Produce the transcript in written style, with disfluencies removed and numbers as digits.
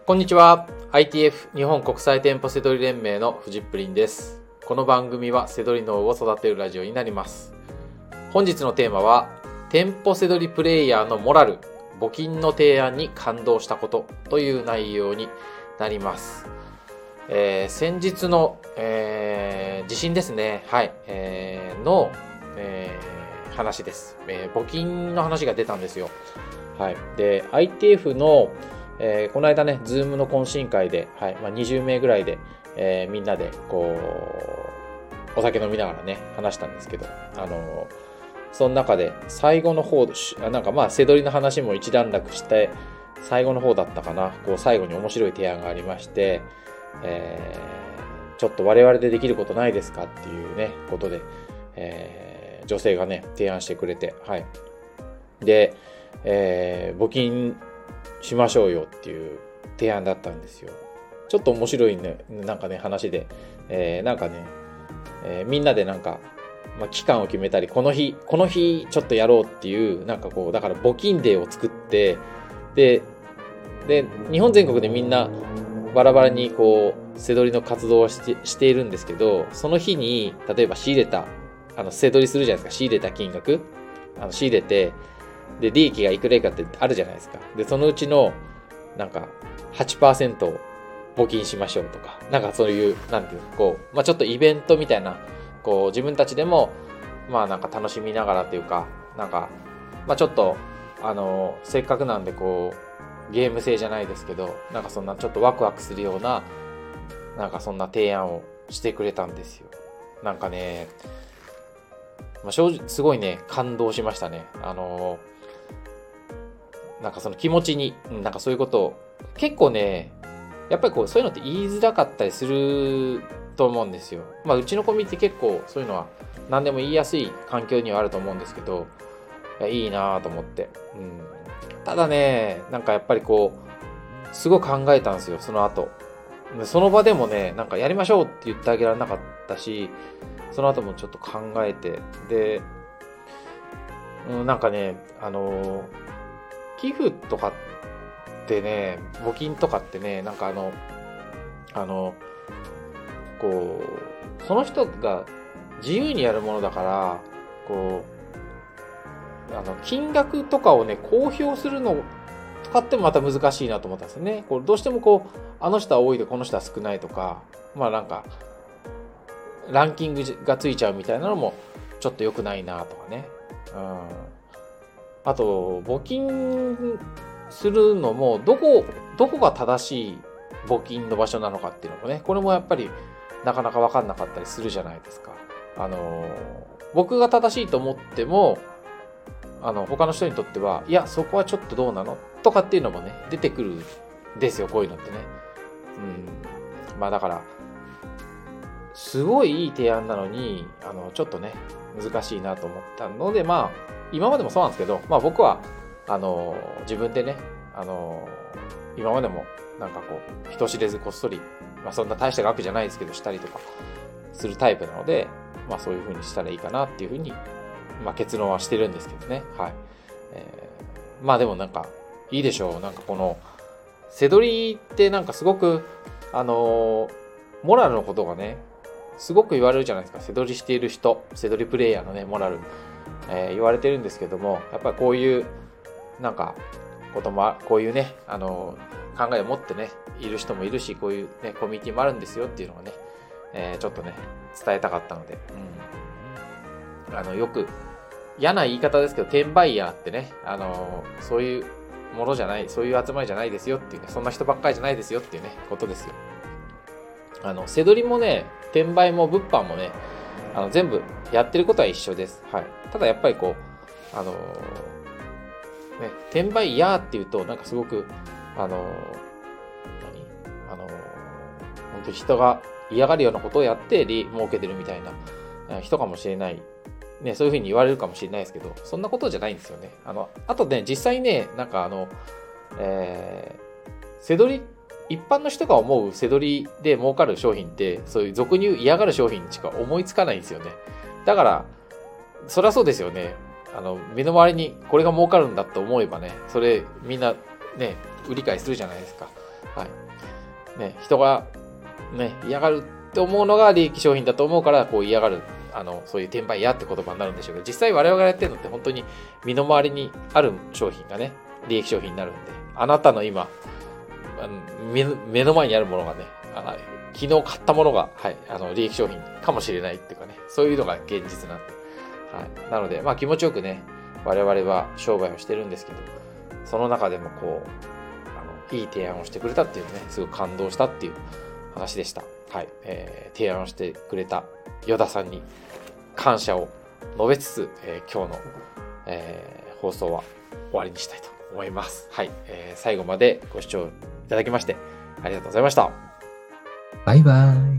こんにちは。ITF 日本国際店舗セドリ連盟のフジップリンです。この番組はセドリ脳を育てるラジオになります。本日のテーマは、店舗セドリプレイヤーのモラル、募金の提案に感動したことという内容になります。先日の、地震ですね。はい。の、話です。募金の話が出たんですよ。はい。で、ITF のこの間ね、ズームの懇親会で、はい、20名ぐらいで、みんなで、お酒飲みながらね、話したんですけど、その中で、最後の方、セドリの話も一段落して、最後の方だったかな、最後に面白い提案がありまして、ちょっと我々でできることないですかっていうね、ことで、女性がね、提案してくれて、はい。で、募金しましょうよっていう提案だったんですよ。ちょっと面白いね、話で、みんなで期間を決めたり、この日ちょっとやろうっていう、だから募金デーを作って、で、日本全国でみんなバラバラにセドリの活動をしているんですけど、その日に、例えば仕入れた、セドリするじゃないですか、仕入れた金額、仕入れて、で、利益がいくらいかってあるじゃないですか。で、そのうちの、8% を募金しましょうとか、そういう、ちょっとイベントみたいな、自分たちでも、楽しみながらというか、ちょっと、せっかくなんで、ゲーム性じゃないですけど、そんなちょっとワクワクするような、そんな提案をしてくれたんですよ。正直、すごいね、感動しましたね。その気持ちに、そういうことを、結構ね、やっぱりそういうのって言いづらかったりすると思うんですよ。うちのコミュニティ結構そういうのは何でも言いやすい環境にはあると思うんですけど、いいなと思って。ただね、やっぱりすごい考えたんですよ、その後。その場でもね、やりましょうって言ってあげられなかったし、その後もちょっと考えて、で、寄付とかってね、募金とかってね、その人が自由にやるものだから、金額とかをね、公表するのとかってもまた難しいなと思ったんですよね。どうしてもあの人は多いでこの人は少ないとか、ランキングがついちゃうみたいなのもちょっと良くないなとかね。あと、募金するのも、どこが正しい募金の場所なのかっていうのもね、これもやっぱりなかなか分かんなかったりするじゃないですか。僕が正しいと思っても、他の人にとっては、いや、そこはちょっとどうなのとかっていうのもね、出てくるんですよ、こういうのってね。だから、すごいいい提案なのに、ちょっとね、難しいなと思ったので、今までもそうなんですけど、僕は、自分でね、今までも、人知れずこっそり、そんな大した額じゃないですけど、したりとかするタイプなので、そういう風にしたらいいかなっていう風に、結論はしてるんですけどね。はい。でもいいでしょう。この、セドリってすごく、モラルのことがね、すごく言われるじゃないですか。セドリしている人、セドリプレイヤーのね、モラル、言われてるんですけども、やっぱりこういう、ことも、こういうね、考えを持ってね、いる人もいるし、こういうね、コミュニティもあるんですよっていうのがね、ちょっとね、伝えたかったので、よく、嫌な言い方ですけど、転売ヤーってね、そういうものじゃない、そういう集まりじゃないですよっていうね、そんな人ばっかりじゃないですよっていうね、ことですよ。セドリもね、転売も物販もね、全部やってることは一緒です。はい。ただやっぱり転売ヤーっていうと、すごく、本当に人が嫌がるようなことをやって儲けてるみたいな人かもしれない。ね、そういうふうに言われるかもしれないですけど、そんなことじゃないんですよね。あとね、実際ね、セドリ、一般の人が思うセドリで儲かる商品って、そういう俗に言う嫌がる商品しか思いつかないんですよね。だから、そりゃそうですよね。身の回りにこれが儲かるんだと思えばね、それみんなね、売り買いするじゃないですか。 はい。ね、人がね、嫌がるって思うのが利益商品だと思うから、こう嫌がる、そういう転売屋って言葉になるんでしょうけど、実際我々がやってるのって本当に身の回りにある商品がね、利益商品になるんで、あなたの今、目の前にあるものがね、昨日買ったものが、はい、利益商品かもしれないっていうかね、そういうのが現実なんで、はい。なので、まあ気持ちよくね、我々は商売をしてるんですけど、その中でもこう、いい提案をしてくれたっていうね、すごく感動したっていう話でした。はい。提案をしてくれた依田さんに感謝を述べつつ、今日の、放送は終わりにしたいと思います。はい。最後までご視聴いただきましてありがとうございました。 バイバイ。